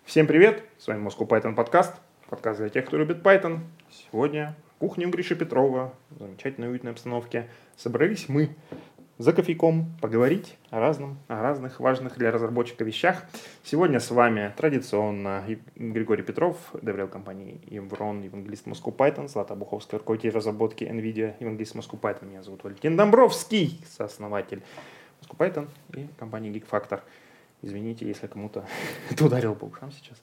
Всем привет, с вами Moscow Python подкаст для тех, кто любит Python. Сегодня в кухне у Гриши Петрова, в замечательной уютной обстановке, собрались мы за кофейком поговорить о разных важных для разработчика вещах. Сегодня с вами традиционно Григорий Петров, доверял компании Еврон, евангелист Moscow Python, Злата Буховская, руководитель разработки NVIDIA, евангелист Moscow Python. Меня зовут Валентин Домбровский, сооснователь Moscow Python и компании Geekfactor. Извините, если кому-то это ударило по ушам сейчас.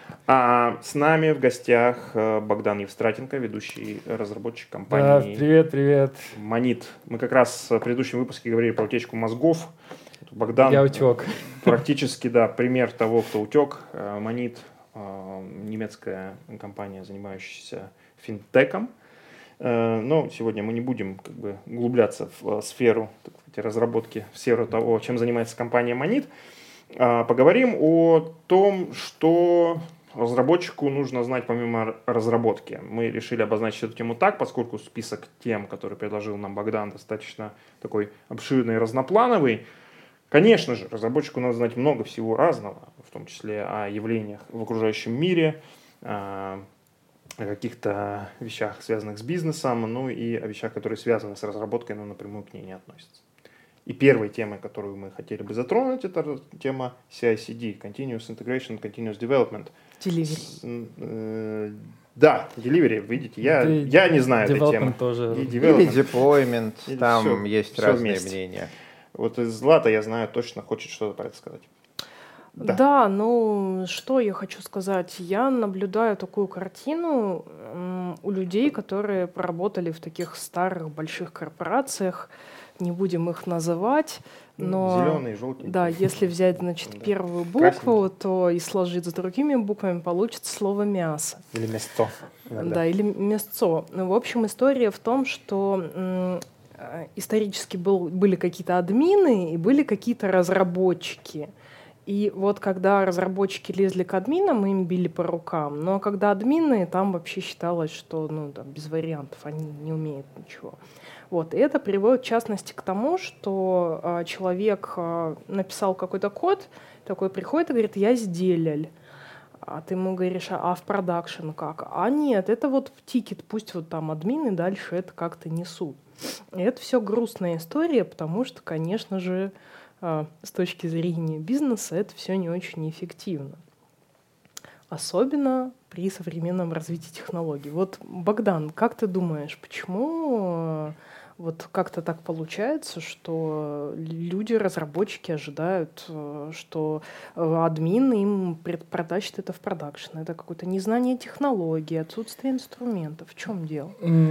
С нами в гостях Богдан Евстратенко, ведущий разработчик компании. Да, привет. Monit. Мы как раз в предыдущем выпуске говорили про утечку мозгов. Богдан. Я утек. Практически, да, пример того, кто утек. Monit, немецкая компания, занимающаяся финтеком. Но сегодня мы не будем углубляться в сферу разработки, в сферу того, чем занимается компания Monit. Поговорим о том, что разработчику нужно знать помимо разработки. Мы решили обозначить эту тему так, поскольку список тем, который предложил нам Богдан, достаточно такой обширный и разноплановый. Конечно же, разработчику надо знать много всего разного, в том числе о явлениях в окружающем мире, о каких-то вещах, связанных с бизнесом, ну и о вещах, которые связаны с разработкой, но напрямую к ней не относятся. И первой темой, которую мы хотели бы затронуть, это тема CI/CD, Continuous Integration, Continuous Development. Delivery. Да, Delivery, видите, я не знаю этой темы. Тоже. Или Deployment, там все, есть все разные вместе. мнения. Вот из Злата, я знаю, точно хочет что-то про это сказать. Да, ну что я хочу сказать? Я наблюдаю такую картину у людей, которые поработали в таких старых больших корпорациях. Не будем их называть, но Зеленый, желтый. Да, если взять, значит, первую букву, то и сложить с другими буквами получится слово мясо. Или место. Да, или мясцо. В общем, история в том, что исторически были какие-то админы и были какие-то разработчики. И вот когда разработчики лезли к админам, им били по рукам. Но когда админы, там вообще считалось, что там, без вариантов, они не умеют ничего. Вот. И это приводит, в частности, к тому, что человек написал какой-то код, такой приходит и говорит: я сделал. А ты ему говоришь: а в продакшн как? А нет, это вот в тикет, пусть вот там админы дальше это как-то несут. И это все грустная история, потому что, конечно же, с точки зрения бизнеса это все не очень эффективно. Особенно при современном развитии технологий. Вот, Богдан, как ты думаешь, почему вот как-то так получается, что люди, разработчики ожидают, что админ им протащит это в продакшн? Это какое-то незнание технологий, отсутствие инструментов. В чем дело?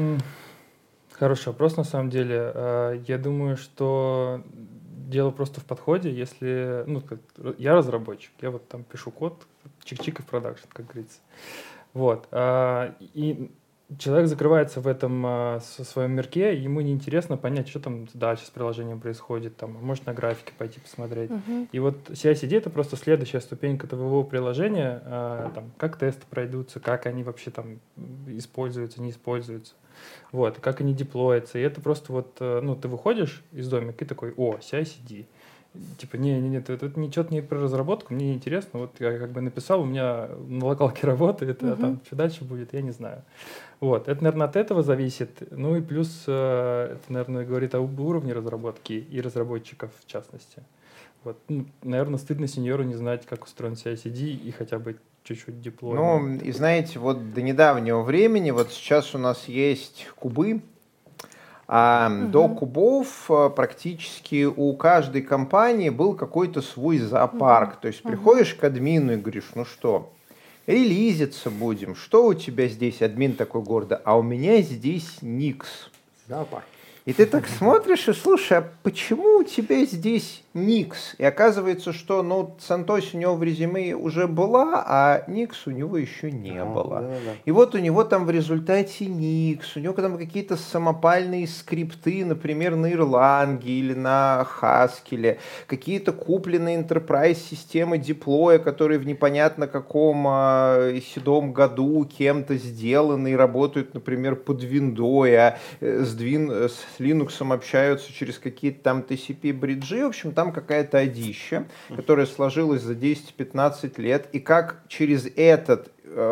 Хороший вопрос, на самом деле. Я думаю, что дело просто в подходе. Если, я разработчик, я вот там пишу код, чик-чик и в продакшн, как говорится. Вот. И человек закрывается в этом своем мирке, ему неинтересно понять, что там дальше с приложением происходит, там, может на графике пойти посмотреть. И вот CI/CD — это просто следующая ступенька твоего приложения, там, как тесты пройдутся, как они вообще там используются, не используются. Вот, как они деплоятся. И это просто вот, ты выходишь из домика и такой: о, CI/CD. Типа, нет, это ничего не про разработку, мне неинтересно. Вот я написал, у меня на локалке работает, а там что дальше будет, я не знаю. Вот, это, наверное, от этого зависит. Ну и плюс это, наверное, говорит об уровне разработки и разработчиков в частности. Вот, наверное, стыдно сеньору не знать, как устроен CI/CD и хотя бы чуть-чуть деплой. Ну, и знаете, вот до недавнего времени, вот сейчас у нас есть кубы, до кубов практически у каждой компании был какой-то свой зоопарк. То есть приходишь к админу и говоришь: ну что, релизиться будем. Что у тебя здесь? Админ такой гордо: а у меня здесь Никс. Зоопарк. И ты так смотришь и: слушай, а почему у тебя здесь Никс? И оказывается, что Сантос у него в резюме уже была, а Никс у него еще не было. Да. И вот у него там в результате Никс, у него там какие-то самопальные скрипты, например, на Ирланге или на Хаскеле, какие-то купленные enterprise системы деплоя, которые в непонятно каком седом году кем-то сделаны и работают, например, под виндой, а с Linux общаются через какие-то там TCP-бриджи. В общем, там там какая-то одища, которая сложилась за 10-15 лет, и как через этот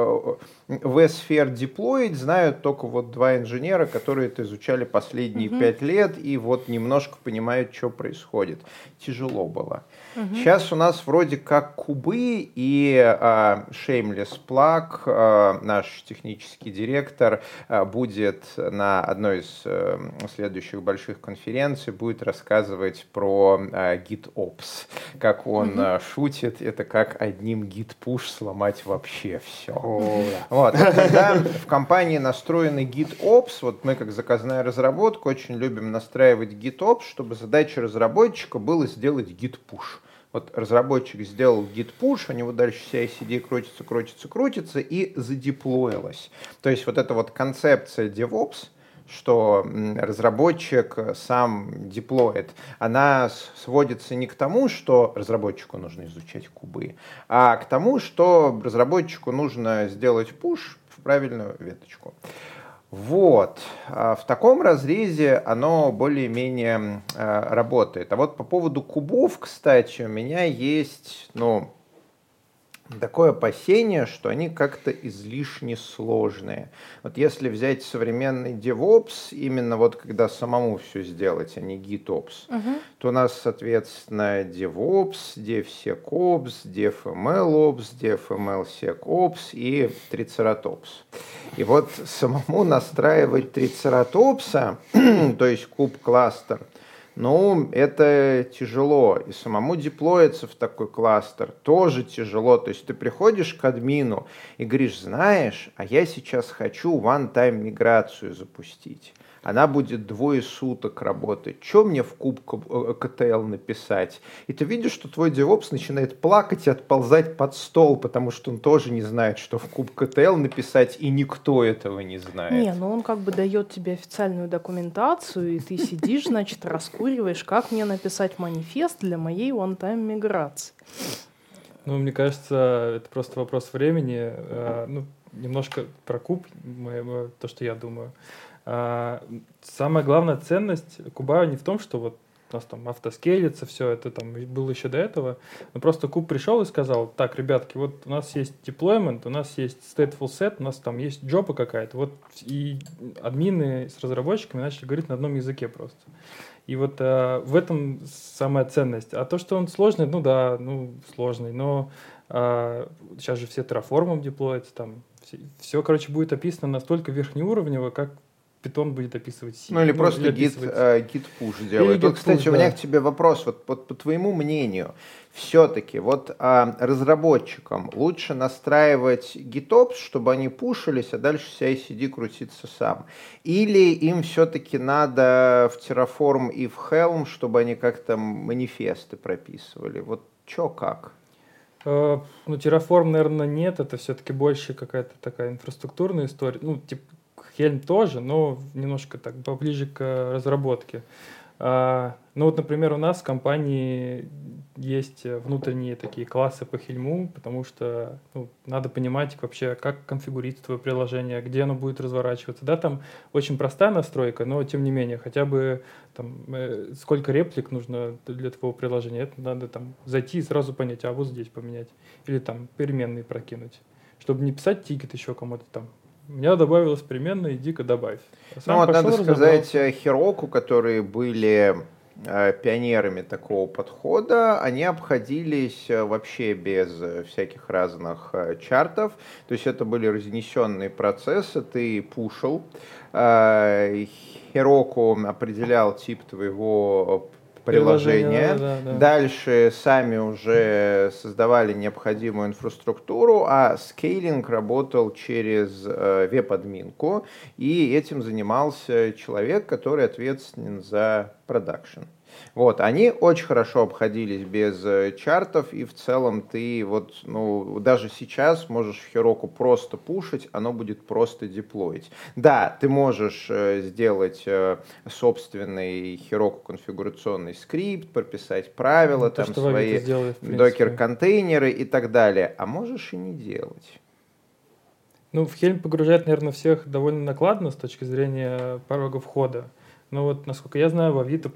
vSphere деплоить знают только вот 2 инженера, которые это изучали последние 5 лет и вот немножко понимают, что происходит. Тяжело было. Сейчас у нас вроде как кубы, и Shameless Plug, наш технический директор, будет на одной из следующих больших конференций, будет рассказывать про GitOps. Как он шутит, это как одним git-push сломать вообще все. Вот. Когда в компании настроены GitOps, вот мы как заказная разработка очень любим настраивать GitOps, чтобы задача разработчика была сделать git-push. Вот разработчик сделал git-push, у него дальше CI/CD крутится и задеплоилось. То есть вот эта вот концепция DevOps, что разработчик сам деплоит, она сводится не к тому, что разработчику нужно изучать кубы, а к тому, что разработчику нужно сделать пуш в правильную веточку. Вот. В таком разрезе оно более-менее работает. А вот по поводу кубов, кстати, у меня есть, такое опасение, что они как-то излишне сложные. Вот если взять современный DevOps, именно вот когда самому все сделать, а не GitOps, то у нас, соответственно, DevOps, DevSecOps, DevMLOps, DevMLSecOps и Triceratops. И вот самому настраивать Triceratops'а, то есть куб-кластер, это тяжело. И самому деплоиться в такой кластер тоже тяжело. То есть ты приходишь к админу и говоришь, знаешь, а я сейчас хочу one-time миграцию запустить. Она будет 2 суток работать. Что мне в куб КТЛ написать? И ты видишь, что твой DevOps начинает плакать и отползать под стол, потому что он тоже не знает, что в куб КТЛ написать, и никто этого не знает. Не, он как бы дает тебе официальную документацию, и ты сидишь, значит, раскуриваешь, как мне написать манифест для моей one-time миграции. Мне кажется, это просто вопрос времени. Немножко про куб, то, что я думаю. Самая главная ценность куба не в том, что вот у нас там автоскейлится, все это там было еще до этого, но просто куб пришел и сказал, так, ребятки, вот у нас есть deployment, у нас есть stateful set, у нас там есть джопа какая-то, вот и админы с разработчиками начали говорить на одном языке просто. И вот в этом самая ценность. А то, что он сложный, сложный, но сейчас же все терраформом деплоятся, там все, будет описано настолько верхнеуровнево, как Python будет описывать C. Или просто git-push делает. Вот, кстати, у меня к тебе вопрос. Вот по твоему мнению, все-таки разработчикам лучше настраивать GitOps, чтобы они пушились, а дальше CI/CD крутиться сам? Или им все-таки надо в Terraform и в Helm, чтобы они как-то манифесты прописывали? Вот что как? Terraform, наверное, нет. Это все-таки больше какая-то такая инфраструктурная история. Helm тоже, но немножко так поближе к разработке. Например, у нас в компании есть внутренние такие классы по Helm, потому что надо понимать вообще, как конфигурить твое приложение, где оно будет разворачиваться. Да, там очень простая настройка, но тем не менее, хотя бы сколько реплик нужно для твоего приложения, это надо зайти и сразу понять, а вот здесь поменять. Или переменные прокинуть, чтобы не писать тикет еще кому-то там. У меня добавилась переменная, иди-ка добавь. Надо сказать, Heroku, которые были пионерами такого подхода, они обходились вообще без всяких разных чартов. То есть это были разнесенные процессы, ты пушил, Heroku определял тип твоего приложения. Да. Дальше сами уже создавали необходимую инфраструктуру, а скейлинг работал через веб-админку, и этим занимался человек, который ответственен за продакшн. Они очень хорошо обходились без чартов, и в целом ты даже сейчас можешь в Heroku просто пушить, оно будет просто деплоить. Да, ты можешь сделать собственный Heroku конфигурационный скрипт, прописать правила, свои докер-контейнеры и так далее, а можешь и не делать. В Helm погружать, наверное, всех довольно накладно с точки зрения порога входа. Но насколько я знаю, в Авито просто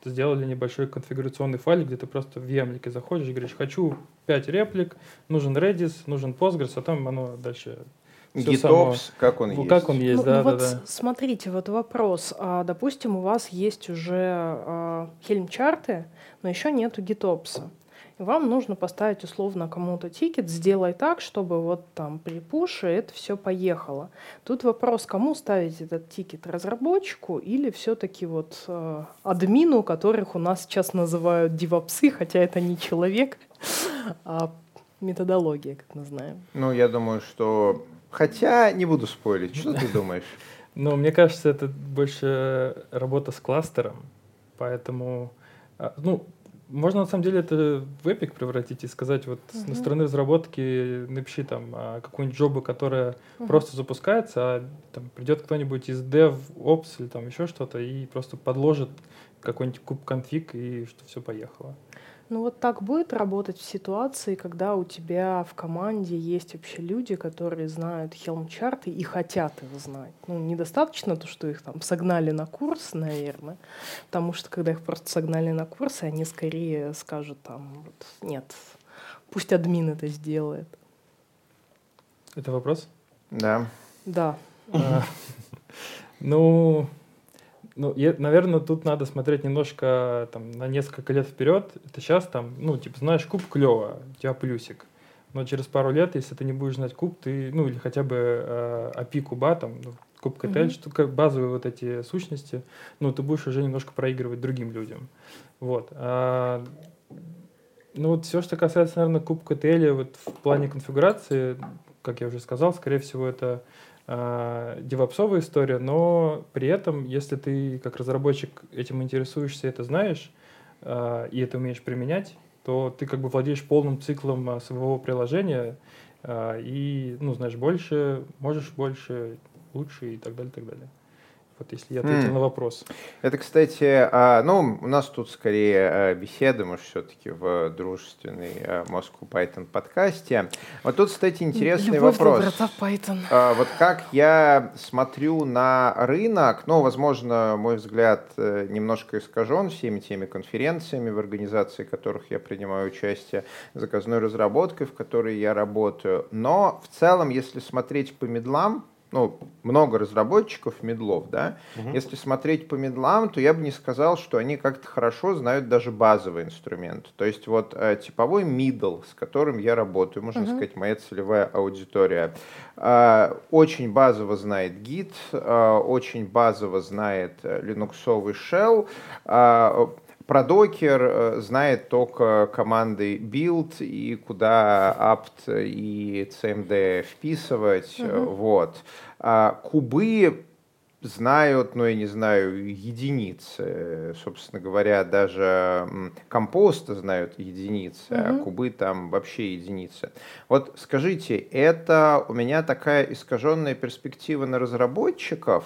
сделали небольшой конфигурационный файл, где ты просто в ямлике заходишь и говоришь, хочу 5 реплик, нужен Redis, нужен Postgres, а там оно дальше... GitOps, как он есть. Как он есть, да. Смотрите, вот вопрос. Допустим, у вас есть уже Helm-чарты, но еще нету GitOps. И вам нужно поставить условно кому-то тикет, сделай так, чтобы вот там при пуше это все поехало. Тут вопрос, кому ставить этот тикет, разработчику или все-таки вот админу, которых у нас сейчас называют девопсы, хотя это не человек, а методология, как мы знаем. Ну, я думаю, что... Хотя не буду спорить. Что ты думаешь? Ну, мне кажется, это больше работа с кластером, поэтому... Ну, можно на самом деле это в Epic превратить и сказать, вот на стороны разработки напиши там какую-нибудь джобу, которая просто запускается, а там придет кто-нибудь из DevOps или там еще что-то и просто подложит какой-нибудь куб-конфиг и что все поехало. Ну вот так будет работать в ситуации, когда у тебя в команде есть вообще люди, которые знают Helm-чарты и хотят его знать. Ну, недостаточно то, что их там согнали на курс, наверное, потому что когда их просто согнали на курс, они скорее скажут там, вот, нет, пусть админ это сделает. Это вопрос? Да. Да. Наверное, тут надо смотреть немножко там, на несколько лет вперед. Это сейчас там, знаешь, куб клево, у тебя плюсик. Но через пару лет, если ты не будешь знать куб, ты, или хотя бы API куба, там, куб-КТЛ, что базовые вот эти сущности, ты будешь уже немножко проигрывать другим людям. Вот. Все, что касается, наверное, куб-КТЛ вот в плане конфигурации, как я уже сказал, скорее всего, это девопсовая история, но при этом, если ты как разработчик этим интересуешься, это знаешь, и это умеешь применять, то ты как бы владеешь полным циклом своего приложения и, знаешь больше, можешь больше, лучше и так далее, так далее. Вот если я ответил на вопрос. Это, кстати, у нас тут скорее беседа, мы все-таки в дружественной Moscow Python подкасте. Вот тут, кстати, интересный вопрос. Python. Вот как я смотрю на рынок, возможно, мой взгляд немножко искажен всеми теми конференциями, в организации которых я принимаю участие, заказной разработкой, в которой я работаю. Но в целом, если смотреть по медлам, много разработчиков медлов, да. Если смотреть по медлам, то я бы не сказал, что они как-то хорошо знают даже базовые инструменты. То есть вот типовой middle, с которым я работаю, можно сказать, моя целевая аудитория, очень базово знает Git, очень базово знает линуксовый shell, про докер знает только команды build и куда apt и cmd вписывать. Вот. Кубы знают, я не знаю, единицы. Собственно говоря, даже компоста знают единицы, а кубы там вообще единицы. Вот скажите, это у меня такая искаженная перспектива на разработчиков,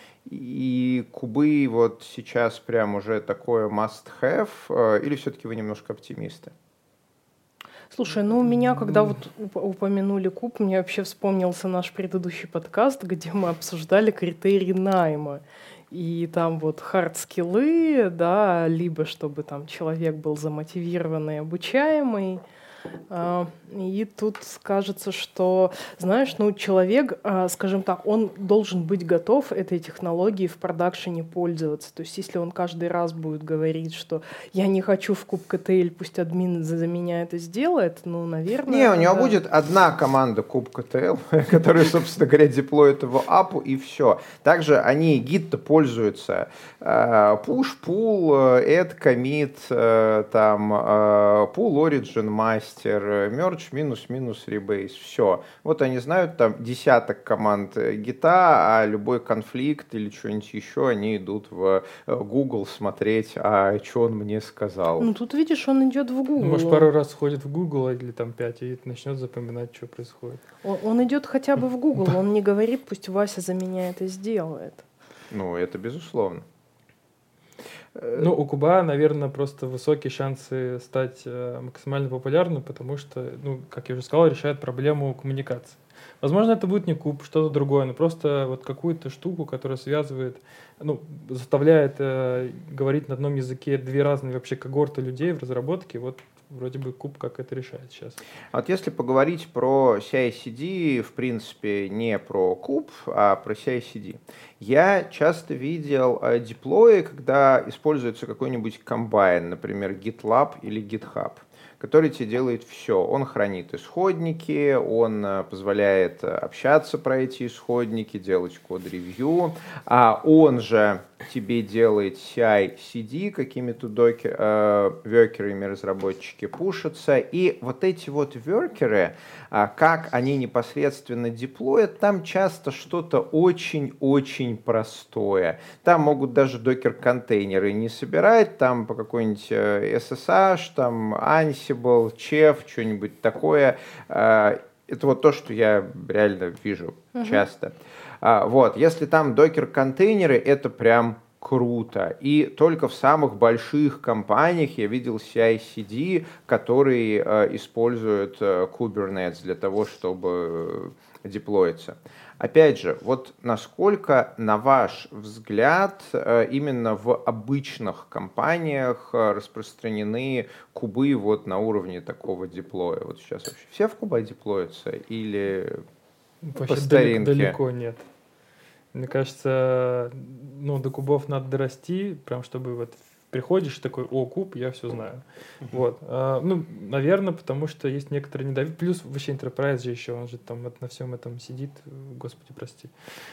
и кубы вот сейчас прям уже такое must-have, или все-таки вы немножко оптимисты? Слушай, у меня, когда вот упомянули куб, мне вообще вспомнился наш предыдущий подкаст, где мы обсуждали критерии найма. И там вот хард-скиллы, да, либо чтобы там человек был замотивированный, обучаемый. И тут кажется, что, знаешь, человек, скажем так, он должен быть готов этой технологией в продакшене пользоваться. То есть если он каждый раз будет говорить, что я не хочу в куб-КТЛ, пусть админ за меня это сделает, наверное... Не, у него будет одна команда куб-КТЛ, которая, собственно говоря, деплоит его апу, и все. Также они гид-то пользуются. Push, pull, add, commit, там, pull, origin, master, merge, минус, rebase, все. Вот они знают там десяток команд гита, а любой конфликт или что-нибудь еще, они идут в Google смотреть, а что он мне сказал. Тут видишь, он идет в Google. Может, пару раз сходит в Google или там 5 и начнет запоминать, что происходит. Он идет хотя бы в Google, он не говорит, пусть Вася за меня это сделает. Это безусловно. Ну, у куба, наверное, просто высокие шансы стать максимально популярным, потому что, ну, как я уже сказал, решает проблему коммуникации. Возможно, это будет не куб, что-то другое, но просто вот какую-то штуку, которая связывает, ну, заставляет говорить на одном языке две разные вообще когорты людей в разработке, вот вроде бы куб как это решает сейчас. А вот если поговорить про CI/CD, в принципе, не про куб, а про CI/CD, я часто видел деплои, когда используется какой-нибудь комбайн, например, GitLab или GitHub, который тебе делает все. Он хранит исходники, он позволяет общаться про эти исходники, делать код-ревью, а он же тебе делает CI/CD, какими-то воркерами разработчики пушатся. И вот эти вот воркеры, как они непосредственно деплоят, там часто что-то очень-очень простое. Там могут даже докер-контейнеры не собирать, там по какой-нибудь SSH, там Ansible, Chef, что-нибудь такое. Это вот то, что я реально вижу часто. Вот, если там докер-контейнеры, это прям круто. И только в самых больших компаниях я видел CI/CD, которые используют Kubernetes для того, чтобы деплоиться. Опять же, вот насколько, на ваш взгляд, именно в обычных компаниях распространены кубы вот на уровне такого деплоя? Вот сейчас вообще все в куба деплоятся или по старинке? Далеко нет. Мне кажется, ну, до кубов надо дорасти, прям чтобы вот приходишь такой, о, куб, я все знаю. Вот. Ну, наверное, потому что есть некоторые недоверие. Плюс вообще Enterprise же еще, он же там вот на всем этом сидит, господи, прости.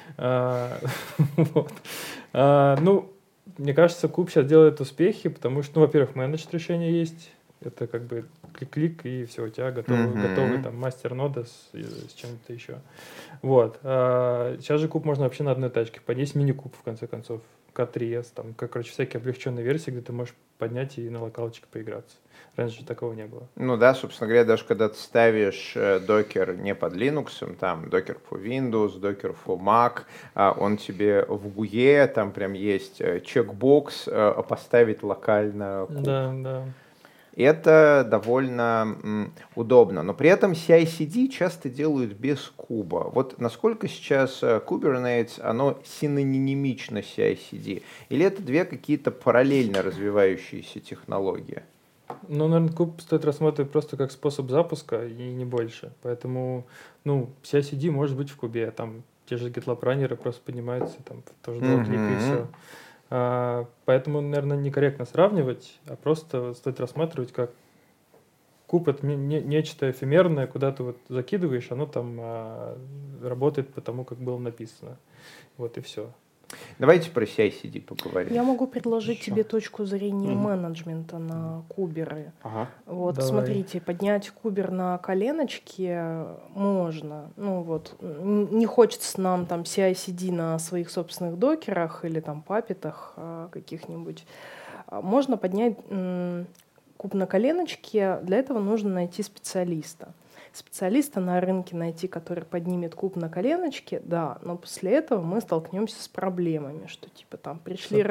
Вот. Ну, мне кажется, куб сейчас делает успехи, потому что, ну, во-первых, менеджер решения есть. Это как бы клик-клик, и все, у тебя готовый там мастер-нода с чем-то еще. Вот. Сейчас же куб можно вообще на одной тачке поднять, мини-куб, в конце концов, K3S, там, короче, всякие облегченные версии, где ты можешь поднять и на локалочке поиграться. Раньше же такого не было. Ну да, собственно говоря, даже когда ты ставишь докер не под Linux, там докер for Windows, докер for Mac, он тебе в GUI, там прям есть чекбокс поставить локально куб. Да, да. Это довольно удобно, но при этом CI/CD часто делают без куба. Вот насколько сейчас Kubernetes, оно синонимично CI/CD? Или это две какие-то параллельно развивающиеся технологии? Ну, наверное, куб стоит рассматривать просто как способ запуска и не больше. Поэтому, ну, CI/CD может быть в кубе, там те же GitLab раннеры просто поднимаются, там тоже два клика и все. Поэтому, наверное, некорректно сравнивать, а просто стоит рассматривать как куб — это нечто эфемерное, куда ты вот закидываешь, оно там работает по тому, как было написано. Вот и все. Давайте про CI/CD поговорим. Я могу предложить тебе точку зрения менеджмента на куберы. Вот, Давай. смотрите, поднять кубер на коленочке можно. Ну вот, не хочется нам там CI/CD на своих собственных докерах или там папетах каких-нибудь. Можно поднять куб на коленочке. Для этого нужно найти специалиста. Специалиста на рынке найти, который поднимет куб на коленочке, да, но после этого мы столкнемся с проблемами, что типа там пришли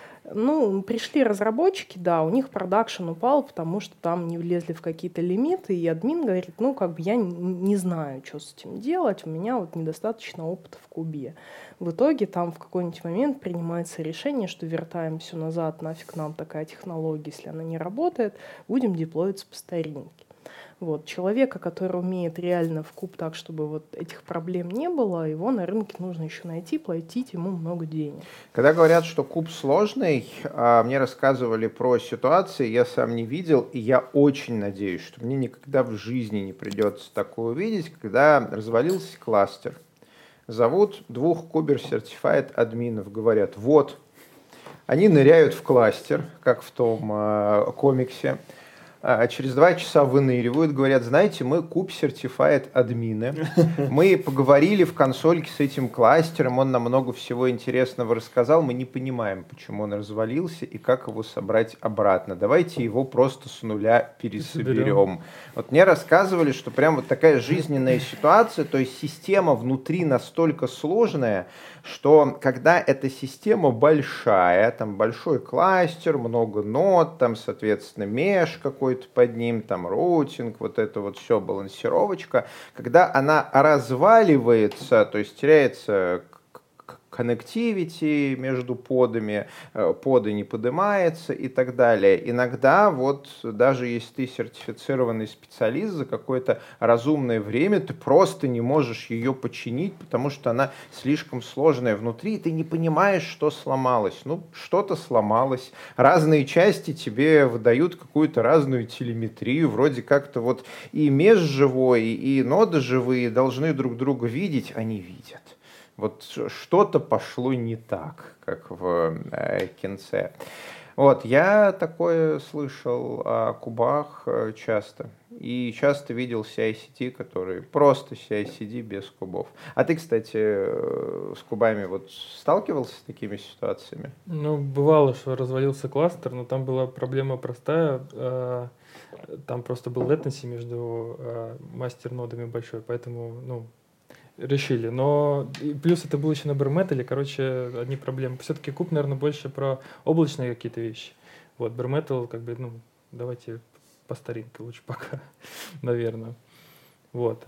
разработчики, да, у них продакшн упал, потому что там не влезли в какие-то лимиты, и админ говорит, ну, как бы я не знаю, что с этим делать, у меня вот недостаточно опыта в кубе. В итоге там в какой-нибудь момент принимается решение, что вертаем все назад, нафиг нам такая технология, если она не работает, будем деплоиться по старинке. Вот. Человека, который умеет реально в куб так, чтобы вот этих проблем не было, его на рынке нужно еще найти, платить ему много денег. Когда говорят, что куб сложный, мне рассказывали про ситуации, я сам не видел, и я очень надеюсь, что мне никогда в жизни не придется такое увидеть, когда развалился кластер. Зовут 2 Kuber-Certified админов, говорят, вот, они ныряют в кластер, как в том комиксе, через 2 часа выныривают, говорят, знаете, мы куб-сертифайд админы, мы поговорили в консольке с этим кластером, он нам много всего интересного рассказал, мы не понимаем, почему он развалился и как его собрать обратно. Давайте его просто с нуля пересоберем. Вот мне рассказывали, что прям вот такая жизненная ситуация, то есть система внутри настолько сложная, что когда эта система большая, там большой кластер, много нод, там, соответственно, меш какой-то под ним, там роутинг, вот это вот все, балансировочка, когда она разваливается, то есть теряется connectivity между подами, поды не поднимается и так далее. Иногда вот даже если ты сертифицированный специалист, за какое-то разумное время ты просто не можешь ее починить, потому что она слишком сложная внутри, и ты не понимаешь, что сломалось. Ну, что-то сломалось. Разные части тебе выдают какую-то разную телеметрию, вроде как-то вот и меш живой, и ноды живые должны друг друга видеть, а не видят. Вот что-то пошло не так, как в кинце. Вот, я такое слышал о кубах часто. И часто видел CI/CD, который просто CI/CD без кубов. А ты, кстати, с кубами вот сталкивался с такими ситуациями? Ну, бывало, что развалился кластер, но там была проблема простая. Там просто был latency между мастер-нодами большой, поэтому, ну, решили. Но плюс это было еще на bare metal, короче, одни проблемы. Все-таки куб, наверное, больше про облачные какие-то вещи. Вот, bare metal, как бы, ну, давайте по старинке лучше пока, наверное. Вот.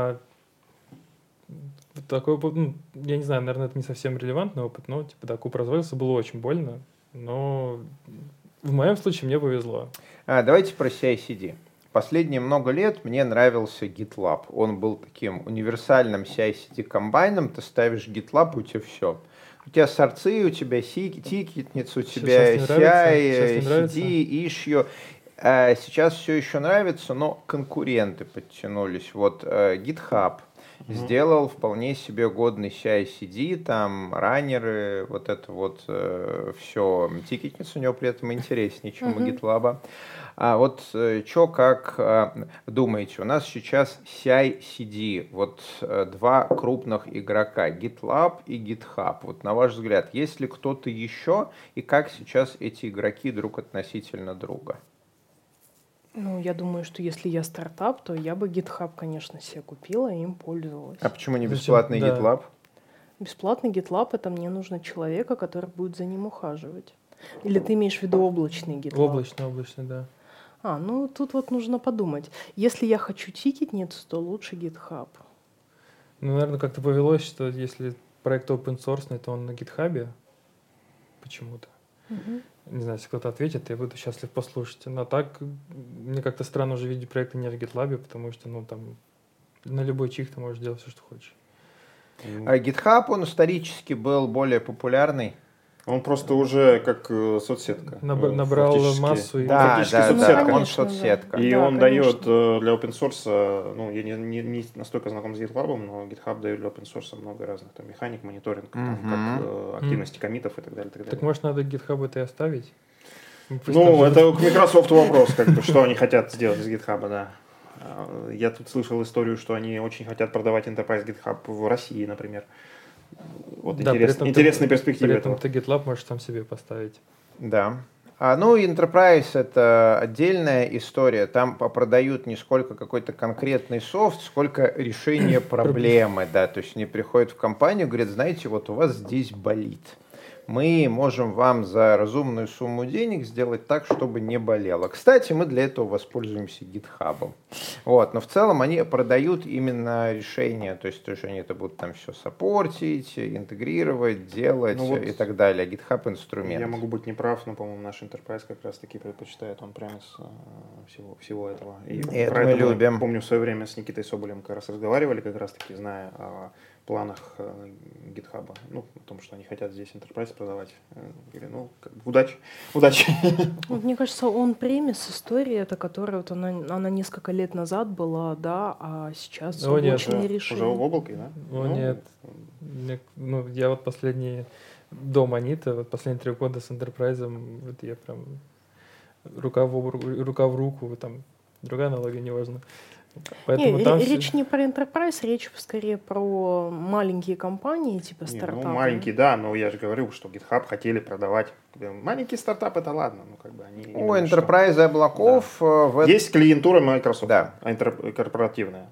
Такой, ну, я не знаю, наверное, это не совсем релевантный опыт, но, типа, да, куб развалился, было очень больно, но в моем случае мне повезло. Давайте про CI/CD. Последние много лет мне нравился GitLab. Он был таким универсальным CI/CD комбайном. Ты ставишь GitLab, у тебя все. У тебя сорцы, у тебя тикетница, у тебя CI, CD, issue. Сейчас все еще нравится, но конкуренты подтянулись. Вот GitHub сделал вполне себе годный CI/CD, там раннеры, вот это вот все. Тикетница у него при этом интереснее, чем у GitLab. А вот что, как думаете, у нас сейчас CI/CD, вот два крупных игрока, GitLab и GitHub. Вот на ваш взгляд, есть ли кто-то еще и как сейчас эти игроки друг относительно друга? Ну, я думаю, что если я стартап, то я бы GitHub, конечно, себе купила и им пользовалась. А почему не бесплатный GitLab? Бесплатный GitLab — это мне нужно человека, который будет за ним ухаживать. Или ты имеешь в виду облачный GitLab? Облачный, да. Ну тут вот нужно подумать. Если я хочу тикетницу, то лучше GitHub. Ну, наверное, как-то повелось, что если проект open source, то он на GitHub почему-то. Не знаю, если кто-то ответит, я буду счастлив послушать. Но так, мне как-то странно уже видеть проекты не в GitLab, потому что, ну, там, на любой чих ты можешь делать все, что хочешь. А GitHub, он исторически был более популярный. Он просто уже как соцсетка. Набрал массу. И соцсетка. Он соцсетка. И он дает для open source, ну, я не настолько знаком с GitLab, но GitHub дает для open source много разных там механик, мониторинг, там, как активности коммитов и так далее. Так может надо GitHub это и оставить? Ну, это к Microsoft вопрос, как бы, что они хотят сделать из GitHub, да. Я тут слышал историю, что они очень хотят продавать Enterprise GitHub в России, например. Вот да, интересная перспектива. При этом ты GitLab можешь сам себе поставить. Да. Ну, Enterprise — это отдельная история. Там продают не сколько какой-то конкретный софт, сколько решение проблемы. Да. То есть они приходят в компанию и говорят, знаете, вот у вас здесь болит. Мы можем вам за разумную сумму денег сделать так, чтобы не болело. Кстати, мы для этого воспользуемся GitHub. Вот. Но в целом они продают именно решения, то есть они это будут там все саппортить, интегрировать, делать и так далее. GitHub инструмент. Я могу быть неправ, но, по-моему, наш Enterprise как раз-таки предпочитает он-премис всего этого. И это мы любим. Помню, в свое время с Никитой Соболем как раз разговаривали, как раз-таки зная о планах GitHub, ну, о том, что они хотят здесь Enterprise продавать. Или, ну, как бы, удачи. Мне кажется, он-премис история, это которая вот она несколько лет назад была, да, а сейчас облачные решения. Уже в облаке, да? Нет. Ну, я вот последние до Манита, вот последние 3 года с Enterprise, вот я прям рука в руку, там, другая аналогия, неважно. Поэтому речь не про enterprise, речь скорее про маленькие компании, типа стартапы. Ну, маленькие, да, но я же говорил, что GitHub хотели продавать. Маленький стартап это ладно, ну как бы они... У enterprise облаков... Да. Есть клиентура Microsoft, да. корпоративная,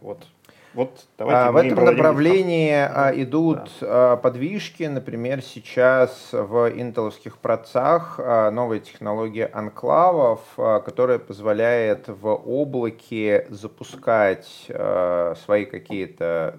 Вот давайте в этом направлении идут да. подвижки. Например, сейчас в интеловских процессах новая технология анклавов, которая позволяет в облаке запускать свои какие-то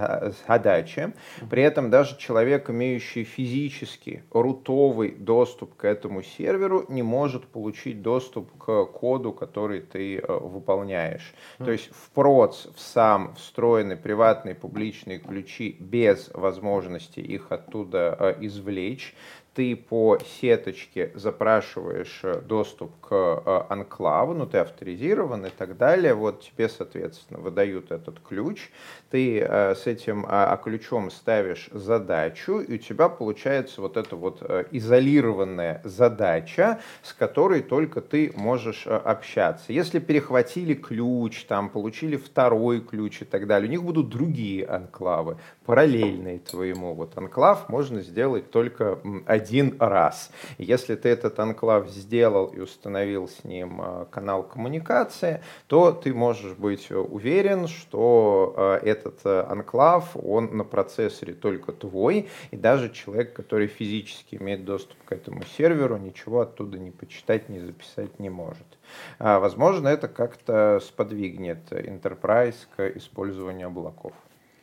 задачи. При этом даже человек, имеющий физически рутовый доступ к этому серверу, не может получить доступ к коду, который ты выполняешь. То есть в проц, в сам встроены приватные публичные ключи без возможности их оттуда извлечь. Ты по сеточке запрашиваешь доступ к анклаву, ну ты авторизирован и так далее, вот тебе, соответственно, выдают этот ключ, ты с этим ключом ставишь задачу, и у тебя получается вот эта вот изолированная задача, с которой только ты можешь общаться. Если перехватили ключ, там, получили второй ключ и так далее, у них будут другие анклавы, параллельные твоему. Вот анклав можно сделать только один раз. И если ты этот анклав сделал и установил с ним канал коммуникации, то ты можешь быть уверен, что этот анклав, он на процессоре только твой, и даже человек, который физически имеет доступ к этому серверу, ничего оттуда не почитать, не записать не может. Возможно, это как-то сподвигнет Enterprise к использованию облаков.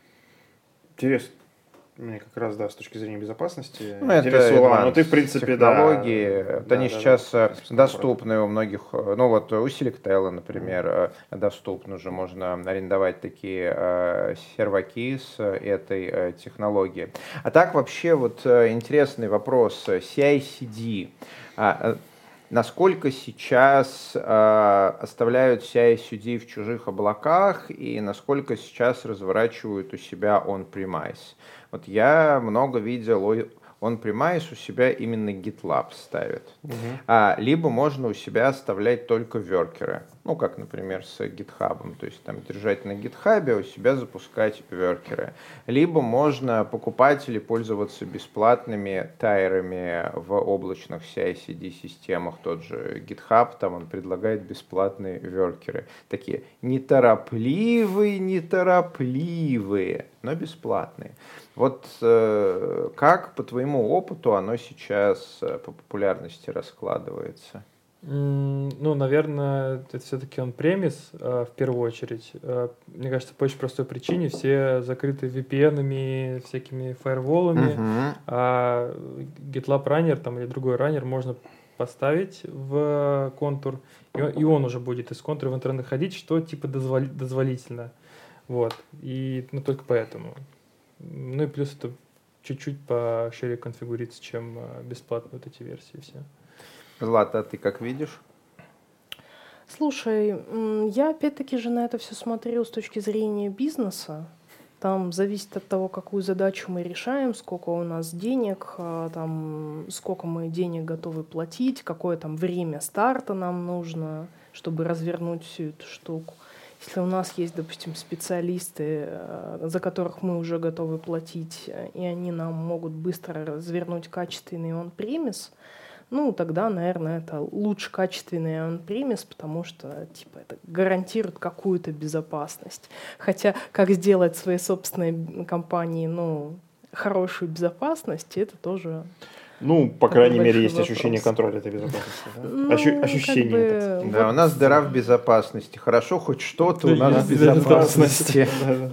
Интересно. Мне как раз, да, с точки зрения безопасности интересовало. Но ты, в принципе, технологии, да. Они сейчас доступны у многих, ну вот у Selectel, например, доступны уже, можно арендовать такие серваки с этой технологией. А так вообще вот интересный вопрос, CI/CD. Насколько сейчас оставляют CI/CD в чужих облаках и насколько сейчас разворачивают у себя on-premise? Вот я много видел on-premise у себя именно GitLab ставит. Либо можно у себя оставлять только воркеры. Ну, как, например, с GitHub. То есть там держать на GitHub, а у себя запускать воркеры. Либо можно покупать или пользоваться бесплатными тайрами в облачных CI/CD системах. Тот же GitHub, там он предлагает бесплатные воркеры. Такие неторопливые, но бесплатные. Вот как по твоему опыту оно сейчас по популярности раскладывается? Ну, наверное, это все-таки on-premise в первую очередь. Мне кажется, по очень простой причине. Все закрыты VPN-ами, всякими фаерволами. А GitLab Runner там, или другой раннер можно поставить в контур, и он уже будет из контура в интернет ходить, что типа дозволительно. Вот. И только поэтому. Ну и плюс это чуть-чуть пошире конфигурится, чем бесплатные вот эти версии все. Злата, ты как видишь? Слушай, я опять-таки же на это все смотрю с точки зрения бизнеса. Там зависит от того, какую задачу мы решаем, сколько у нас денег, там, сколько мы денег готовы платить, какое там время старта нам нужно, чтобы развернуть всю эту штуку. Если у нас есть, допустим, специалисты, за которых мы уже готовы платить, и они нам могут быстро развернуть качественный on-premise, ну, тогда, наверное, это лучше качественный on-premise, потому что, типа, это гарантирует какую-то безопасность. Хотя, как сделать своей собственной компании, ну, хорошую безопасность, это тоже... Ну, по крайней мере, есть вопрос. ощущение контроля этой безопасности. Да? Ну, ощущение. Да, у нас дыра в безопасности. Хорошо, хоть что-то у нас в безопасности.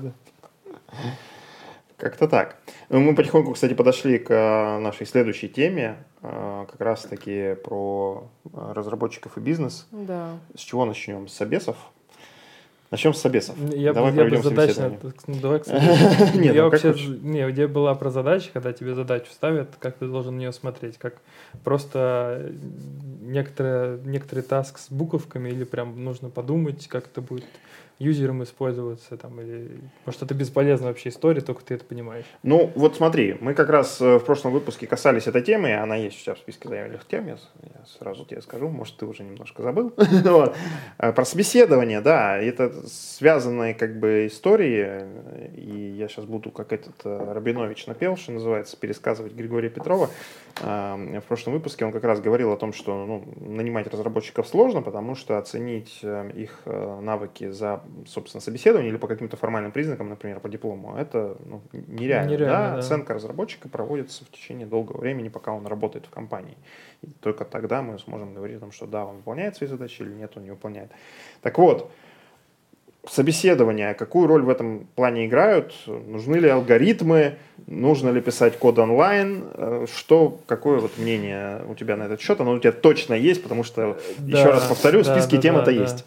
Как-то так. Мы потихоньку, кстати, подошли к нашей следующей теме, как раз-таки про разработчиков и бизнес. Да. С чего начнем? С собесов? Начнем с собесов. Давай проведем собеседование. Давай, кстати. Я вообще, идея была про задачи, когда тебе задачу ставят, как ты должен на нее смотреть, как просто некоторый таск с буковками, или прям нужно подумать, как это будет юзером использоваться, там, или может это бесполезная вообще история, только ты это понимаешь. Ну, вот смотри, мы как раз в прошлом выпуске касались этой темы, она есть у тебя в списке заявленных тем, я сразу тебе скажу, может, ты уже немножко забыл. Про собеседование, да, это связанные как бы истории, и я сейчас буду, как этот Рабинович напел, что называется, пересказывать Григория Петрова. В прошлом выпуске он как раз говорил о том, что нанимать разработчиков сложно, потому что оценить их навыки за, собственно, собеседование или по каким-то формальным признакам, например, по диплому, это нереально. Да? Оценка разработчика проводится в течение долгого времени, пока он работает в компании. И только тогда мы сможем говорить о том, что да, он выполняет свои задачи или нет, он не выполняет. Так вот, собеседования, какую роль в этом плане играют? Нужны ли алгоритмы? Нужно ли писать код онлайн? Какое вот мнение у тебя на этот счет? Оно у тебя точно есть, потому что, еще раз повторю, в списке тем это есть.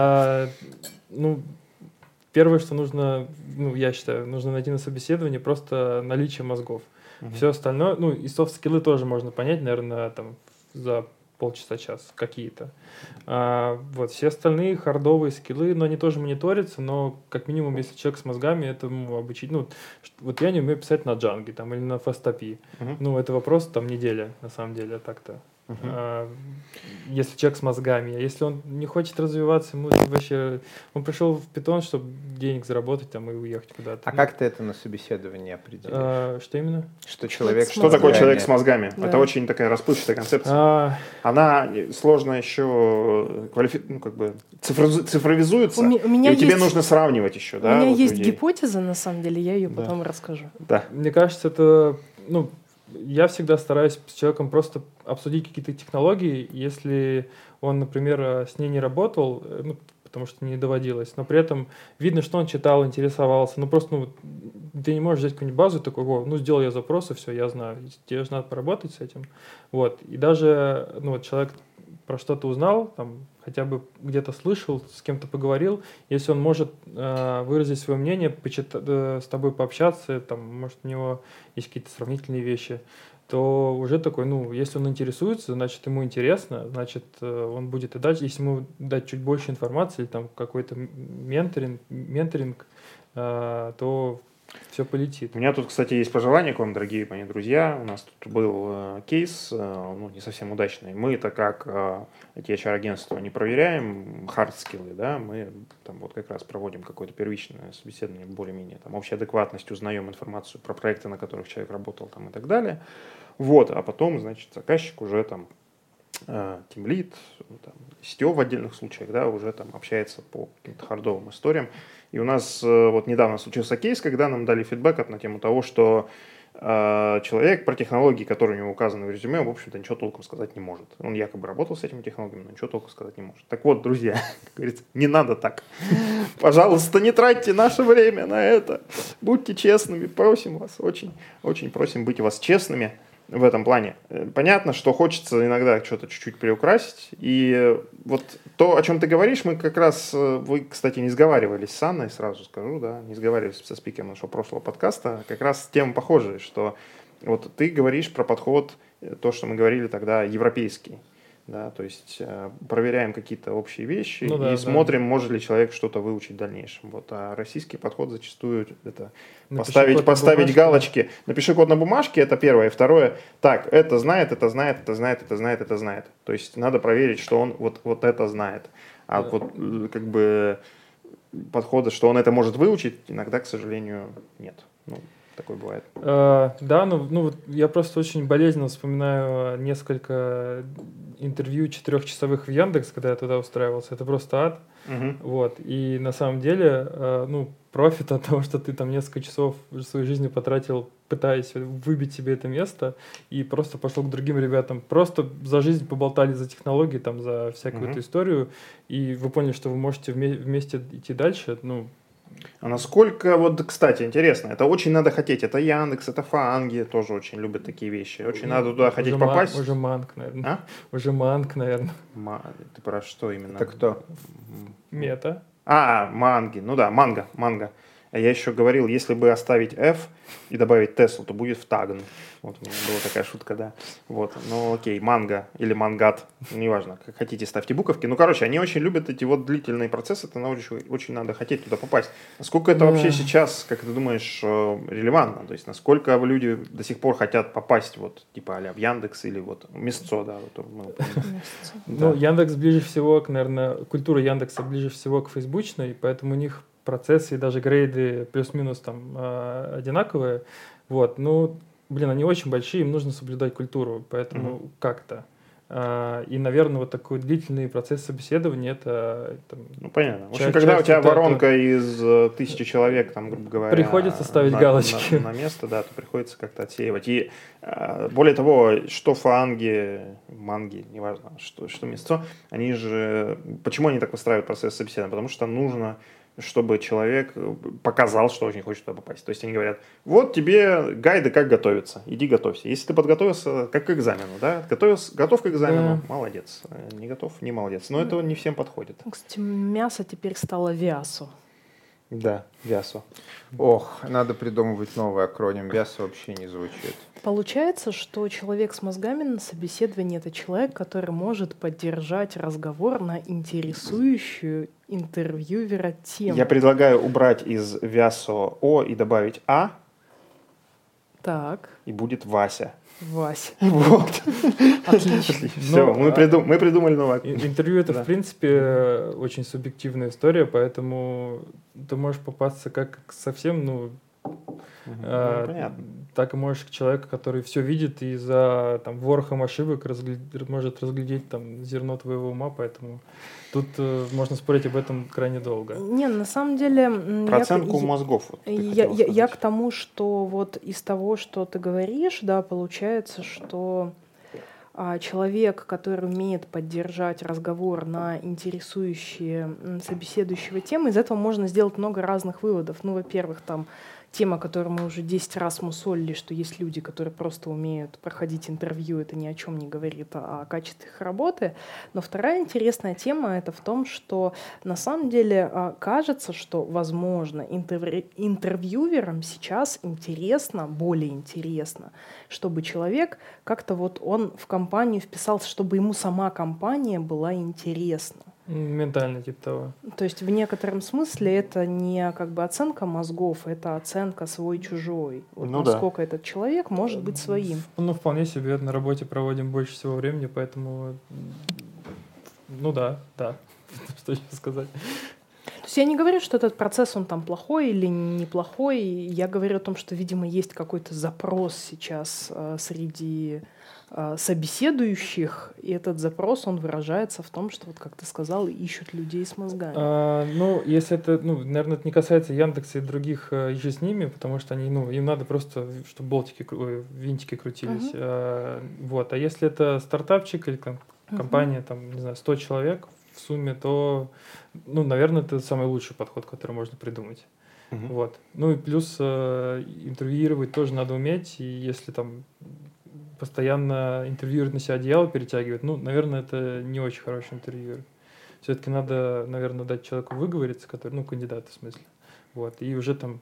Первое, что нужно, я считаю, нужно найти на собеседовании просто наличие мозгов. Все остальное, и софт-скиллы тоже можно понять, наверное, там за полчаса-час какие-то. Все остальные хардовые скиллы, но они тоже мониторятся, но как минимум, если человек с мозгами, этому обучить. Вот я не умею писать на Django там, или на FastAPI. Это вопрос там недели, на самом деле, так-то. Если человек с мозгами. А если он не хочет развиваться, ему вообще... Он пришел в Python, чтобы денег заработать там, и уехать куда-то. А как ты это на собеседовании определяешь? Что именно? Что такое человек с мозгами? Да. Это очень такая расплывчатая концепция. Она сложно еще цифровизуется, и тебе нужно сравнивать еще. У меня есть гипотеза, на самом деле, я ее потом расскажу. Да. Мне кажется, это... Я всегда стараюсь с человеком просто обсудить какие-то технологии, если он, например, с ней не работал, потому что не доводилось, но при этом видно, что он читал, интересовался, ты не можешь взять какую-нибудь базу и такой, сделал я запрос, и все, я знаю, тебе же надо поработать с этим. И даже, человек про что-то узнал, там, хотя бы где-то слышал, с кем-то поговорил, если он может выразить свое мнение, с тобой пообщаться, там, может, у него есть какие-то сравнительные вещи, то уже такой, если он интересуется, значит, ему интересно, значит, он будет и дальше, если ему дать чуть больше информации, там, какой-то менторинг, то все полетит. У меня тут, кстати, есть пожелание к вам, дорогие мои друзья. У нас тут был кейс, не совсем удачный. Мы-то как эти HR-агентства не проверяем хард-скиллы, да, мы там вот как раз проводим какое-то первичное собеседование, более-менее там общей адекватностью, узнаем информацию про проекты, на которых человек работал там и так далее. А потом, значит, заказчик уже там тимлид, CTO в отдельных случаях, да, уже там общается по каким-то хардовым историям. И у нас недавно случился кейс, когда нам дали фидбэк на тему того, что человек про технологии, которые у него указаны в резюме, в общем-то, ничего толком сказать не может. Он якобы работал с этими технологиями, но ничего толком сказать не может. Так вот, друзья, как говорится, не надо так. Пожалуйста, не тратьте наше время на это. Будьте честными, просим вас, очень, очень просим быть вас честными в этом плане. Понятно, что хочется иногда что-то чуть-чуть приукрасить. И вот то, о чем ты говоришь, мы как раз, вы, кстати, не сговаривались с Анной, сразу скажу, да, не сговаривались со спикером нашего прошлого подкаста, как раз тема похожая, что вот ты говоришь про подход, то, что мы говорили тогда, европейский. Да, то есть проверяем какие-то общие вещи и смотрим, может ли человек что-то выучить в дальнейшем. А российский подход зачастую это поставить галочки. Напиши код на бумажке, это первое. И второе, так, это знает. То есть надо проверить, что он вот это знает. А как бы подхода, что он это может выучить, иногда, к сожалению, нет. Такое бывает. Я просто очень болезненно вспоминаю несколько интервью 4-часовых в Яндекс, когда я туда устраивался. Это просто ад. И на самом деле, профит от того, что ты там несколько часов своей жизни потратил, пытаясь выбить себе это место, и просто пошел к другим ребятам. Просто за жизнь поболтали за технологии, там, за всякую эту историю, и вы поняли, что вы можете вместе идти дальше. А насколько, кстати, интересно, это очень надо хотеть. Это Яндекс, это Фаанги тоже очень любят такие вещи. Очень надо туда хотеть попасть. Уже Манг, наверное. Уже Манг, наверное. Ты про что именно? Это кто? Мета. Манги. Манго. А я еще говорил, если бы оставить F и добавить Tesla, то будет Vtagn. Вот у меня была такая шутка, да. Вот, ну окей, манго или мангат, неважно, как хотите, ставьте буковки. Ну, короче, они очень любят эти вот длительные процессы, это очень надо хотеть туда попасть. Насколько это вообще сейчас, как ты думаешь, релевантно? То есть, насколько люди до сих пор хотят попасть, вот, типа, а-ля в Яндекс или вот Мясцо, да. Ну, Яндекс ближе всего, наверное, культура Яндекса ближе всего к фейсбучной, поэтому у них процессы и даже грейды плюс-минус там одинаковые. Вот, ну, блин, они очень большие, им нужно соблюдать культуру, поэтому как-то. И, наверное, вот такой длительный процесс собеседования, это... Там, ну, понятно. В общем, когда у тебя воронка из 1000 человек, там, грубо говоря... Приходится ставить галочки. На место, да, то приходится как-то отсеивать. И более того, что фанги, манги, неважно, что Мясцо, они же... Почему они так выстраивают процесс собеседования? Потому что нужно... чтобы человек показал, что очень хочет туда попасть. То есть они говорят, вот тебе гайды, как готовиться, иди готовься. Если ты подготовился, как к экзамену, да, готов к экзамену, молодец. Не готов, не молодец. Но это не всем подходит. Кстати, мясо теперь стало вясо. Да, вясо. Ох, надо придумывать новый акроним. Вясо вообще не звучит. Получается, что человек с мозгами на собеседовании — это человек, который может поддержать разговор на интересующую интервьюера тему. Я предлагаю убрать из вясо О и добавить А. Так. И будет Вася. Вася. Вот. Отлично. Все, мы придумали новое. Интервью — это, в принципе, очень субъективная история, поэтому ты можешь попасться как совсем, так и можешь к человеку, который все видит и за там, ворохом ошибок может разглядеть там, зерно твоего ума, поэтому тут можно спорить об этом крайне долго. Не, на самом деле... Про оценку мозгов. Вот, я к тому, что вот из того, что ты говоришь, да, получается, что человек, который умеет поддержать разговор на интересующие собеседующего темы, из этого можно сделать много разных выводов. Ну, во-первых, там тема, которую мы уже 10 раз мусолили, что есть люди, которые просто умеют проходить интервью, это ни о чем не говорит о качестве их работы. Но вторая интересная тема — это в том, что на самом деле кажется, что, возможно, интервьюерам сейчас интересно, более интересно, чтобы человек как-то вот он в компанию вписался, чтобы ему сама компания была интересна. Ментально типа того. То есть в некотором смысле это не как бы оценка мозгов, это оценка свой-чужой. Вот насколько этот человек может быть своим. Ну, вполне себе. На работе проводим больше всего времени, поэтому... Ну да. Что еще сказать? То есть я не говорю, что этот процесс, он там плохой или неплохой. Я говорю о том, что, видимо, есть какой-то запрос сейчас среди собеседующих, и этот запрос, он выражается в том, что, вот как ты сказал, ищут людей с мозгами. Ну, если это, наверное, это не касается Яндекса и других еще с ними, потому что они, им надо просто, чтобы винтики крутились. Вот. А если это стартапчик или компания, там, не знаю, 100 человек в сумме, то, наверное, это самый лучший подход, который можно придумать. Вот. Ну и плюс интервьюировать тоже надо уметь, и если там постоянно интервьюер на себя одеяло перетягивает, наверное, это не очень хороший интервьюер. Все-таки надо, наверное, дать человеку выговориться, который, кандидату в смысле. Вот, и уже там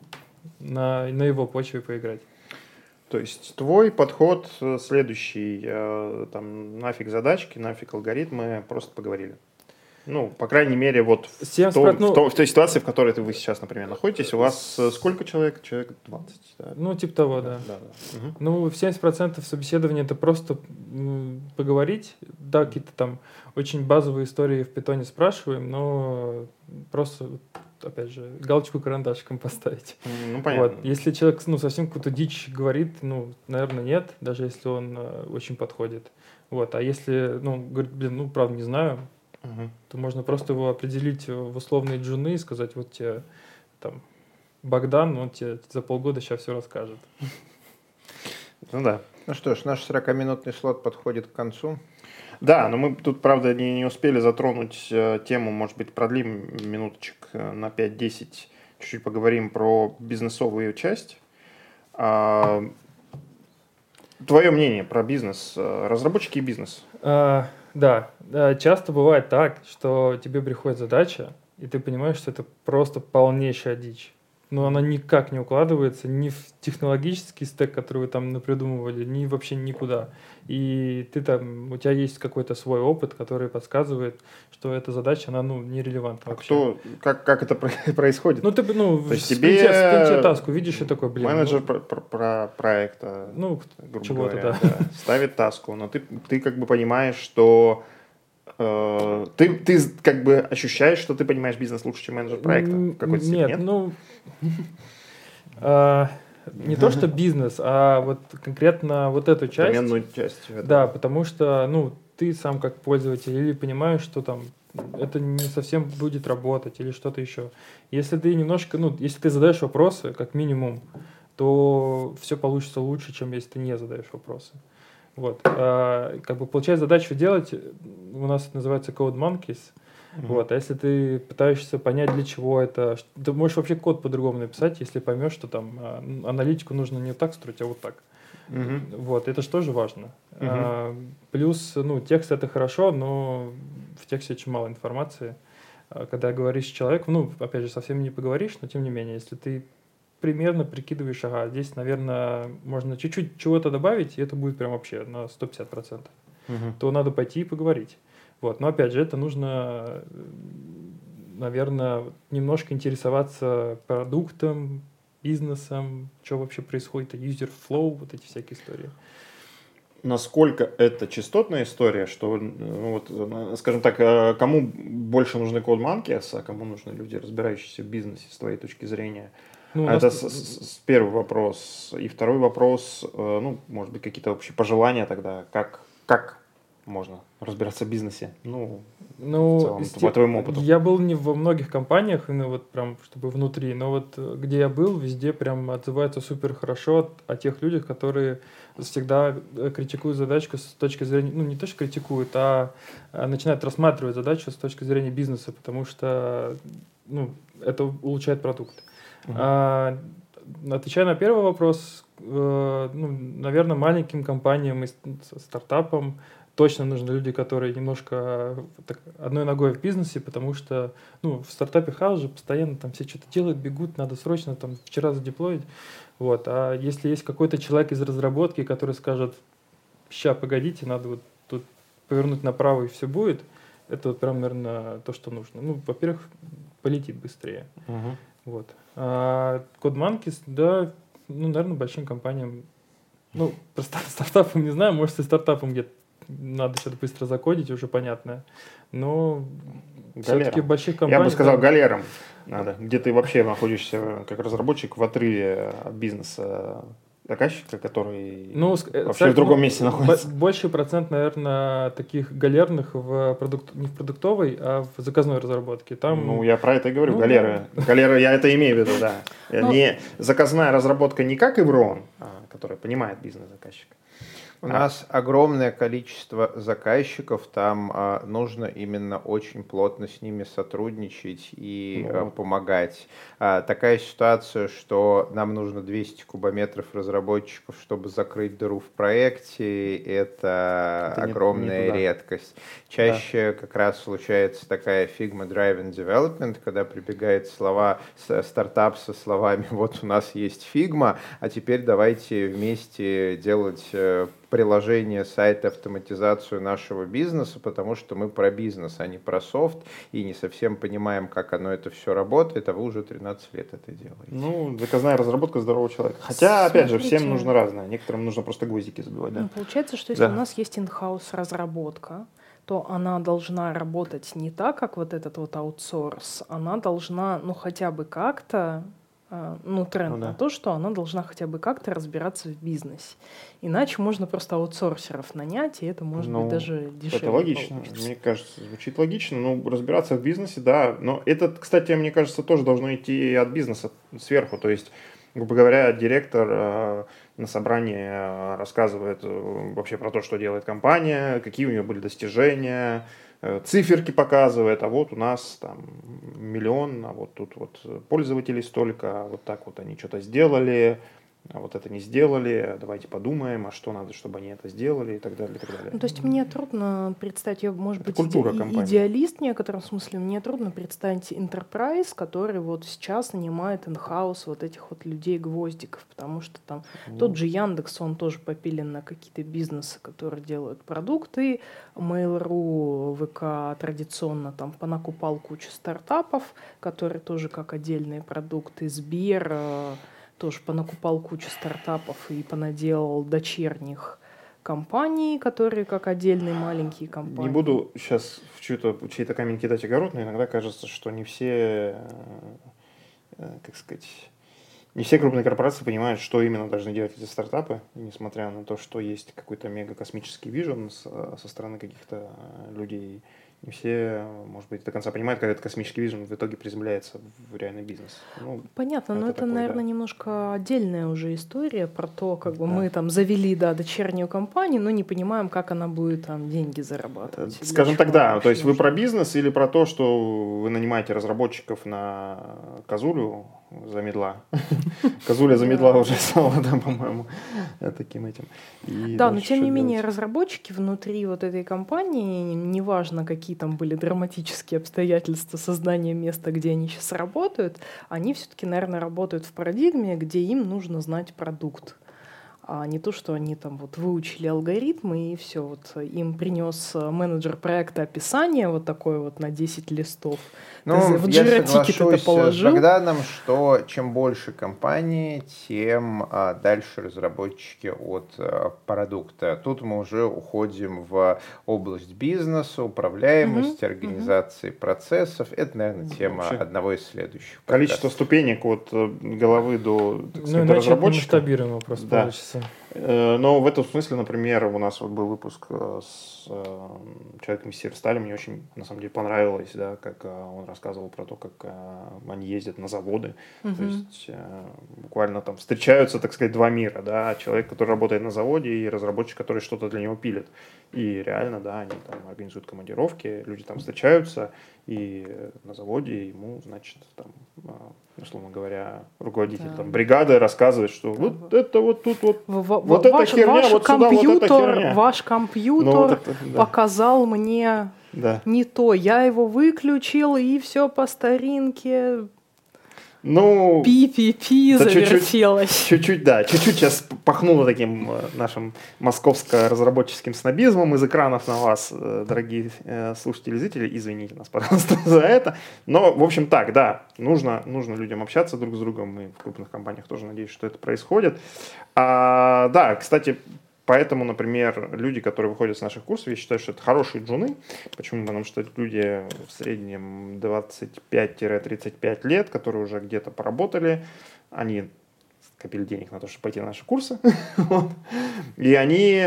на его почве поиграть. То есть твой подход следующий, там, нафиг задачки, нафиг алгоритмы, просто поговорили. По крайней мере, вот в той ситуации, в которой вы сейчас, например, находитесь, у вас сколько человек? Человек 20, да? Типа того, да. Угу. 70% собеседования — это просто поговорить. Да, какие-то там очень базовые истории в питоне спрашиваем, но просто, опять же, галочку карандашиком поставить. Понятно. Вот. Если человек совсем какую-то дичь говорит, наверное, нет, даже если он очень подходит. Вот. А если, говорит, правда, не знаю, то можно просто его определить в условные джуны и сказать, вот тебе там Богдан, он тебе за полгода сейчас все расскажет. Да. Ну что ж, наш 40-минутный слот подходит к концу. Да, но мы тут, правда, не успели затронуть тему, может быть, продлим минуточек на 5-10, чуть-чуть поговорим про бизнесовую часть. Твое мнение про бизнес, разработчики и бизнес? Да, часто бывает так, что тебе приходит задача, и ты понимаешь, что это просто полнейшая дичь. но она никак не укладывается ни в технологический стек, который вы там напридумывали, ни вообще никуда. И ты там, у тебя есть какой-то свой опыт, который подсказывает, что эта задача, она, нерелевантна вообще. Как это происходит? Ты, в есть спринте таску видишь и такой, менеджер проекта, грубо чего-то, говоря, ставит таску, но ты как бы понимаешь, что ты как бы ощущаешь, что ты понимаешь бизнес лучше, чем менеджер проекта в какой-то степени, нет? Не то, что бизнес, а вот конкретно вот эту часть. Доменную часть. Да, потому что, ты сам как пользователь или понимаешь, что там это не совсем будет работать или что-то еще. Если ты немножко, если ты задаешь вопросы, как минимум, то все получится лучше, чем если ты не задаешь вопросы. Вот. Как бы получается задачу делать, у нас это называется Code Monkeys. Вот, а если ты пытаешься понять, для чего это, ты можешь вообще код по-другому написать, если поймешь, что там аналитику нужно не так строить, а вот так. Вот, это же тоже важно. Плюс, текст это хорошо, но в тексте очень мало информации. Когда говоришь с человеком, опять же, совсем не поговоришь, но тем не менее, если ты примерно прикидываешь, здесь, наверное, можно чуть-чуть чего-то добавить, и это будет прям вообще на 150%, то надо пойти и поговорить. Вот. Но опять же, это нужно, наверное, немножко интересоваться продуктом, бизнесом, что вообще происходит, user flow, вот эти всякие истории. Насколько это частотная история, что, скажем так, кому больше нужны Code Monkeys, а кому нужны люди, разбирающиеся в бизнесе, с твоей точки зрения? Это первый вопрос. И второй вопрос, может быть, какие-то общие пожелания тогда, как можно разбираться в бизнесе? В целом, по твоему опыту. Я был не во многих компаниях, вот прям, чтобы внутри, но вот где я был, везде прям отзываются супер хорошо о тех людях, которые всегда критикуют задачку с точки зрения, не то, что критикуют, а начинают рассматривать задачу с точки зрения бизнеса, потому что, это улучшает продукт. Отвечая на первый вопрос, наверное, маленьким компаниям и стартапам точно нужны люди, которые немножко одной ногой в бизнесе, потому что в стартапе хаос же постоянно там все что-то делают, бегут, надо срочно там вчера задеплоить. Вот. А если есть какой-то человек из разработки, который скажет, ща, погодите, надо вот тут повернуть направо и все будет, это вот прям, наверное, то, что нужно. Во-первых, полетит быстрее. Вот. А Code Monkeys, да, наверное, большим компаниям, про стартапам не знаю, может, и стартапам где-то надо что-то быстро закодить, уже понятно. Но все-таки в больших компаниях... Я бы сказал, галерам надо. Где ты вообще находишься как разработчик в отрыве от бизнеса заказчика, который вообще в другом месте находится. Больший процент, наверное, таких галерных не в продуктовой, а в заказной разработке. Там... я про это и говорю, галеры. Галеры, я это имею в виду, да. Не заказная разработка не как Evron, которая понимает бизнес заказчика. У нас огромное количество заказчиков, там нужно именно очень плотно с ними сотрудничать и помогать. Такая ситуация, что нам нужно 200 кубометров разработчиков, чтобы закрыть дыру в проекте, это огромная редкость. Чаще как раз случается такая Figma Driven Development, когда прибегает стартап со словами, вот у нас есть Figma, а теперь давайте вместе делать приложение, сайт, автоматизацию нашего бизнеса, потому что мы про бизнес, а не про софт, и не совсем понимаем, как оно это все работает, а вы уже 13 лет это делаете. Заказная разработка здорового человека. Хотя, опять же, всем нужно разное. Некоторым нужно просто гвоздики забивать. Да? Получается, что если у нас есть in-house разработка, то она должна работать не так, как вот этот вот аутсорс, она должна, хотя бы как-то, тренд на то, что она должна хотя бы как-то разбираться в бизнесе. Иначе можно просто аутсорсеров нанять, и это может быть даже дешевле. Это логично, получится. Мне кажется, звучит логично. Разбираться в бизнесе, да. Но это, кстати, мне кажется, тоже должно идти от бизнеса сверху. То есть, грубо говоря, директор на собрании рассказывает вообще про то, что делает компания, какие у нее были достижения, циферки показывает, а вот у нас там 1 миллион, а вот тут вот пользователей столько, а вот так вот они что-то сделали, а вот это не сделали, давайте подумаем, а что надо, чтобы они это сделали и так далее, и так далее. Ну, то есть мне трудно представить, я, может Это быть, культура компании. идеалист в некотором смысле, мне трудно представить enterprise, который вот сейчас нанимает in-house вот этих вот людей-гвоздиков, потому что там тот же Яндекс, он тоже попилен на какие-то бизнесы, которые делают продукты, Mail.ru, ВК традиционно там понакупал кучу стартапов, которые тоже как отдельные продукты, Сбер тоже понакупал кучу стартапов и понаделал дочерних компаний, которые как отдельные маленькие компании. Не буду сейчас в чей-то камень кидать огород, но иногда кажется, что не все, как сказать, не все крупные корпорации понимают, что именно должны делать эти стартапы, и несмотря на то, что есть какой-то мега-космический вижен со стороны каких-то людей, не все, может быть, до конца понимают, как этот космический вижен в итоге приземляется в реальный бизнес. Ну, понятно, но это, такое, наверное, да. немножко отдельная уже история про то, как бы Да. мы там завели, да, дочернюю компанию, но не понимаем, как она будет там деньги зарабатывать. Для Скажем чего так, да. она То есть вы нужна. про бизнес или про то, что вы нанимаете разработчиков на Козулю за медла? Козуля за медла уже стала, да, по-моему, таким этим. И Да, но дальше тем что не менее делать? разработчики внутри вот этой компании, неважно, какие там были драматические обстоятельства создания места, где они сейчас работают, они все-таки, наверное, работают в парадигме, где им нужно знать продукт. А не то, что они там вот выучили алгоритмы и все, вот им принес менеджер проекта описание вот такое вот на 10 листов. Ну, в я Jira Ticket соглашусь это положил. с Богданом, что чем больше компании, тем дальше разработчики от продукта. Тут мы уже уходим в область бизнеса, управляемости, организации процессов. Это, наверное, тема Вообще, одного из следующих. Количество ступенек от головы до, так Ну, сказать, до иначе это не разработчика. масштабируемо просто Да. получится. Но в этом смысле, например, у нас вот был выпуск с человеком из Северстали, мне очень, на самом деле, понравилось, да, как он рассказывал про то, как они ездят на заводы, то есть буквально там встречаются, так сказать, два мира, да, человек, который работает на заводе, и разработчик, который что-то для него пилит, и реально, да, они там организуют командировки, люди там встречаются, и на заводе ему, значит, там, условно говоря, руководитель там бригады рассказывает, что вот это вот тут вот эта херня, вот сюда вот эта херня. Ваш компьютер Ну, вот это, да. показал мне Да. не то. Я его выключил, и все по старинке. Ну, Пи-пи-пи да, завертелось. чуть-чуть сейчас пахнуло таким нашим московско-разработческим снобизмом из экранов на вас, дорогие слушатели и зрители. Извините нас, пожалуйста, за это. Но, в общем, так, да, нужно людям общаться друг с другом. И в крупных компаниях тоже надеюсь, что это происходит. Да, кстати, поэтому, например, люди, которые выходят с наших курсов, я считаю, что это хорошие джуны. Почему? Потому что это люди в среднем 25-35 лет, которые уже где-то поработали. Они копили денег на то, чтобы пойти на наши курсы. И они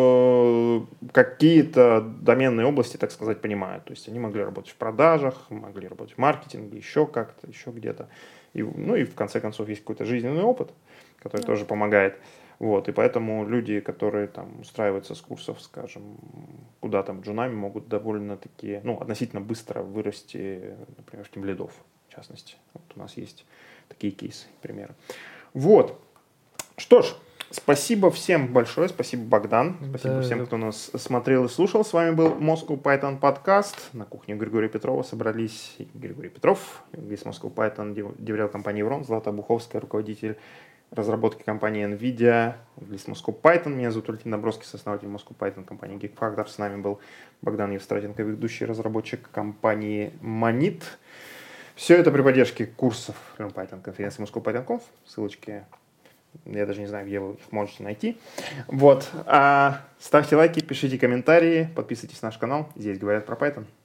какие-то доменные области, так сказать, понимают. То есть они могли работать в продажах, могли работать в маркетинге, еще как-то, еще где-то. Ну и в конце концов есть какой-то жизненный опыт, который тоже помогает. Вот, и поэтому люди, которые там устраиваются с курсов, скажем, куда там джунами, могут довольно-таки, относительно быстро вырасти, например, в тимлидов, в частности. Вот у нас есть такие кейсы, примеры. Вот. Что ж, спасибо всем большое, спасибо, Богдан, спасибо всем, кто нас смотрел и слушал. С вами был Moscow Python подкаст. На кухне Григория Петрова собрались Григорий Петров, из Moscow Python, деврел компании Еврон, Злата Буховская, руководитель разработки компании NVIDIA, английский Moscow Python. Меня зовут Валентин Добровский, сооснователь Moscow Python компании Geekfactor. С нами был Богдан Евстратенко, ведущий разработчик компании Monit. Все это при поддержке курсов Learn Python конференции Moscow Python.conf. Ссылочки, я даже не знаю, где вы их можете найти. Вот. Ставьте лайки, пишите комментарии, подписывайтесь на наш канал. Здесь говорят про Python.